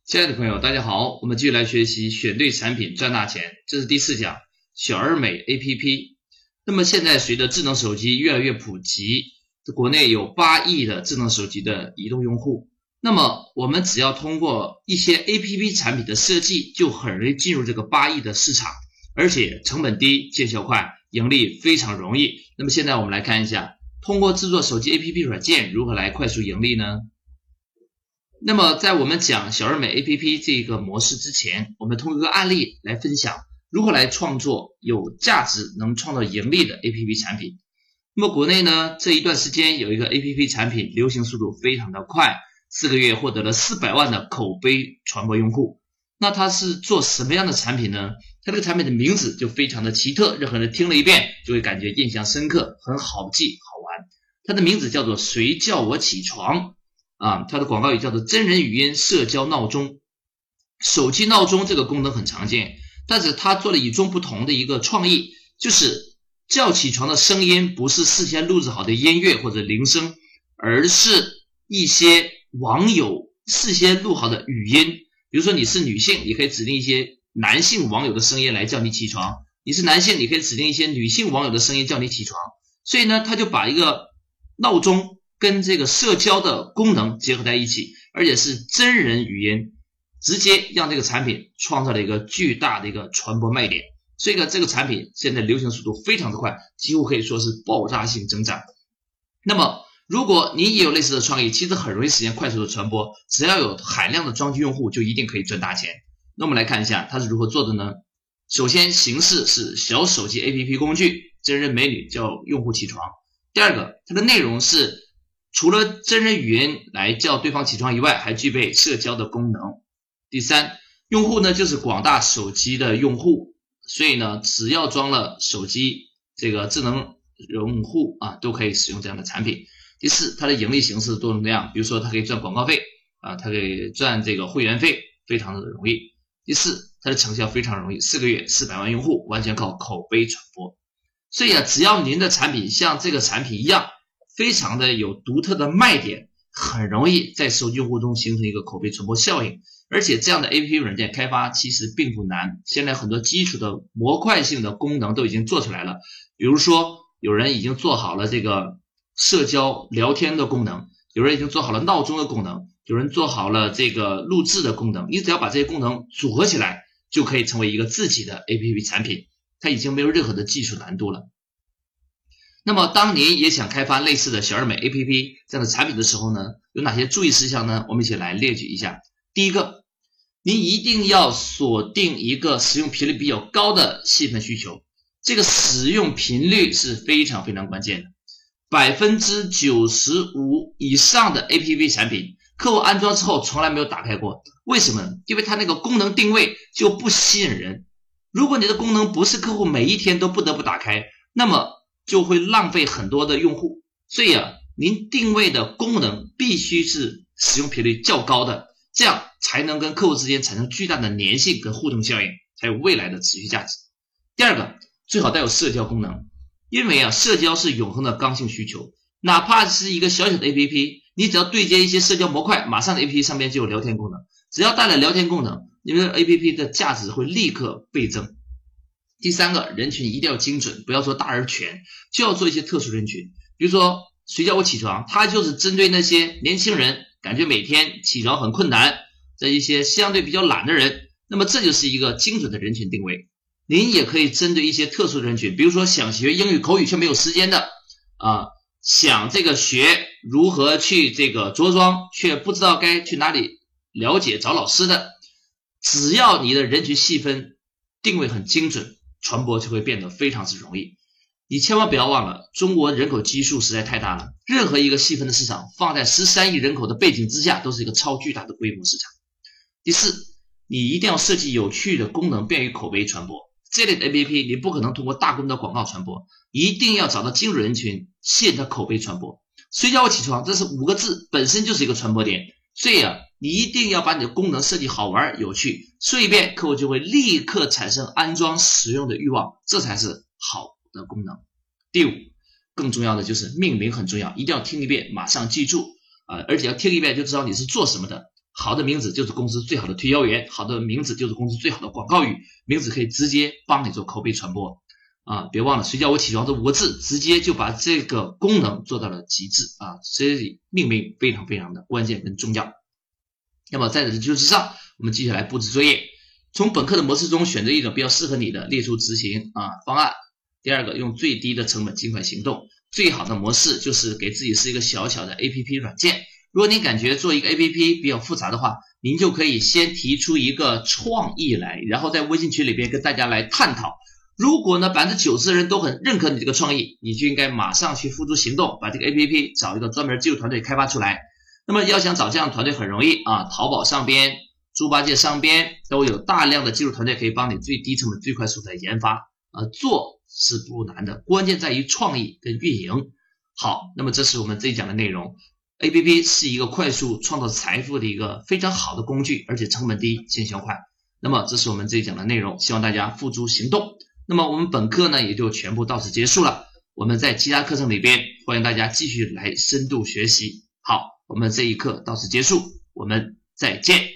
亲爱的朋友，大家好，我们继续来学习选对产品赚大钱，这是第4讲小而美 APP。那么现在随着智能手机越来越普及，国内有8亿的智能手机的移动用户，那么我们只要通过一些 APP 产品的设计，就很容易进入这个8亿的市场，而且成本低，见效快，盈利非常容易。那么现在我们来看一下，通过制作手机 APP 软件如何来快速盈利呢？那么在我们讲小而美 APP 这个模式之前，我们通过一个案例来分享如何来创作有价值能创造盈利的 APP 产品。那么国内呢，这一段时间有一个 APP 产品流行速度非常的快，4个月获得了400万的口碑传播用户。那它是做什么样的产品呢？它这个产品的名字就非常的奇特，任何人听了一遍就会感觉印象深刻，很好记好玩。它的名字叫做谁叫我起床它的广告语叫做真人语音社交闹钟。手机闹钟这个功能很常见，但是它做了与众不同的一个创意，就是叫起床的声音不是事先录制好的音乐或者铃声，而是一些网友事先录好的语音。比如说你是女性，你可以指定一些男性网友的声音来叫你起床，你是男性，你可以指定一些女性网友的声音叫你起床。所以呢，他就把一个闹钟跟这个社交的功能结合在一起，而且是真人语音，直接让这个产品创造了一个巨大的一个传播卖点。所以这个产品现在流行速度非常的快，几乎可以说是爆炸性增长。那么如果你也有类似的创意，其实很容易实现快速的传播，只要有海量的装机用户就一定可以赚大钱。那我们来看一下它是如何做的呢？首先形式是小手机 APP 工具，真人美女叫用户起床。第二个，它的内容是除了真人语音来叫对方起床以外，还具备社交的功能。第三，用户呢就是广大手机的用户，所以呢只要装了手机这个智能用户都可以使用这样的产品。第四，它的盈利形式多种多样，比如说它可以赚广告费它可以赚这个会员费，非常的容易。第四，它的成效非常容易，4个月400万用户，完全靠口碑传播。所以只要您的产品像这个产品一样非常的有独特的卖点，很容易在手机用户中形成一个口碑传播效应。而且这样的 APP 软件开发其实并不难，现在很多基础的模块性的功能都已经做出来了。比如说有人已经做好了这个社交聊天的功能，有人已经做好了闹钟的功能，有人做好了这个录制的功能，你只要把这些功能组合起来，就可以成为一个自己的 APP 产品，它已经没有任何的技术难度了。那么当您也想开发类似的小而美 APP 这样的产品的时候呢，有哪些注意事项呢？我们一起来列举一下。第一个，您一定要锁定一个使用频率比较高的细分需求，这个使用频率是非常非常关键的。95%以上的 APP 产品客户安装之后从来没有打开过，为什么呢？因为它那个功能定位就不吸引人。如果你的功能不是客户每一天都不得不打开，那么就会浪费很多的用户。所以您定位的功能必须是使用频率较高的，这样才能跟客户之间产生巨大的粘性跟互动效应，才有未来的持续价值。第二个，最好带有社交功能，因为社交是永恒的刚性需求，哪怕是一个小小的 APP， 你只要对接一些社交模块，马上 APP 上面就有聊天功能，只要带了聊天功能，你们的 APP 的价值会立刻倍增。第三个，人群一定要精准，不要做大而全，就要做一些特殊人群。比如说谁叫我起床，它就是针对那些年轻人感觉每天起床很困难，这一些相对比较懒的人，那么这就是一个精准的人群定位。您也可以针对一些特殊的人群，比如说想学英语口语却没有时间的想这个学如何去这个着装却不知道该去哪里了解找老师的，只要你的人群细分定位很精准，传播就会变得非常之容易。你千万不要忘了，中国人口基数实在太大了，任何一个细分的市场放在13亿人口的背景之下都是一个超巨大的规模市场。第四，你一定要设计有趣的功能，便于口碑传播。这类的 APP 你不可能通过大规模的广告传播，一定要找到精准人群，吸引他口碑传播。谁叫我起床，这是5个字本身就是一个传播点，所以你一定要把你的功能设计好玩有趣，说一遍客户就会立刻产生安装使用的欲望，这才是好的功能。第五，更重要的就是命名很重要，一定要听一遍马上记住而且要听一遍就知道你是做什么的。 好的名字就是公司最好的推销员，好的名字就是公司最好的广告语，名字可以直接帮你做口碑传播啊！别忘了谁叫我起床这5个字，直接就把这个功能做到了极致啊！所以命名非常非常的关键跟重要。那么在这个基础之上，我们接下来布置作业，从本课的模式中选择一种比较适合你的，列出执行方案。第二个，用最低的成本尽快行动。最好的模式就是给自己是一个小小的 APP 软件。如果您感觉做一个 APP 比较复杂的话，您就可以先提出一个创意来，然后在微信群里边跟大家来探讨。如果呢90%的人都很认可你这个创意，你就应该马上去付诸行动，把这个 APP 找一个专门技术团队开发出来。那么要想找这样的团队很容易啊，淘宝上边、猪八戒上边都有大量的技术团队可以帮你最低成本最快速的研发。做是不难的，关键在于创意跟运营。好，那么这是我们这一讲的内容。APP 是一个快速创造财富的一个非常好的工具，而且成本低、见效快。那么这是我们这一讲的内容，希望大家付诸行动。那么我们本课呢也就全部到此结束了。我们在其他课程里边，欢迎大家继续来深度学习。好，我们这一课到此结束，我们再见。